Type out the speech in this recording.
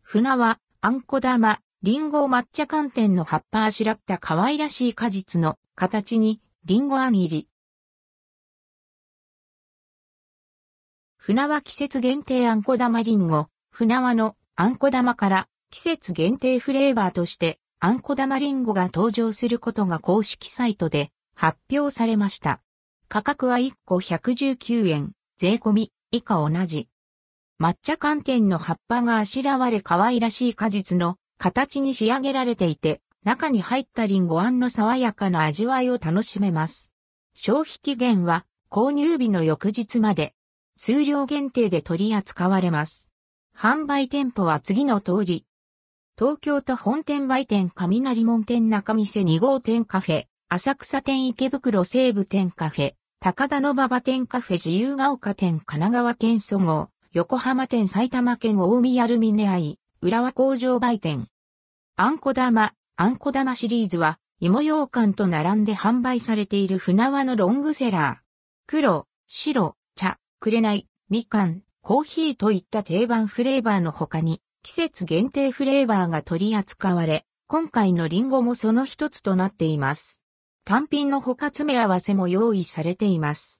船は、あんこ玉、リンゴ抹茶寒天の葉っぱあしらった可愛らしい果実の形に、リンゴあん入り。船は季節限定あんこ玉リンゴ。船はのあんこ玉から季節限定フレーバーとしてあんこ玉リンゴが登場することが公式サイトで発表されました。価格は1個119円、税込み、以下同じ。抹茶寒天の葉っぱがあしらわれ可愛らしい果実の形に仕上げられていて、中に入ったリンゴあんの爽やかな味わいを楽しめます。消費期限は購入日の翌日まで、数量限定で取り扱われます。販売店舗は次の通り。東京都本店売店雷門店中店2号店カフェ、浅草店池袋西武店カフェ、高田馬場店カフェ自由が丘店神奈川県そごう、横浜店埼玉県大宮ルミネアイ、浦和工場売店。あんこ玉シリーズは、芋羊羹と並んで販売されている船和のロングセラー。黒、白、茶、紅、みかん、コーヒーといった定番フレーバーの他に、季節限定フレーバーが取り扱われ、今回のリンゴもその一つとなっています。単品の他詰め合わせも用意されています。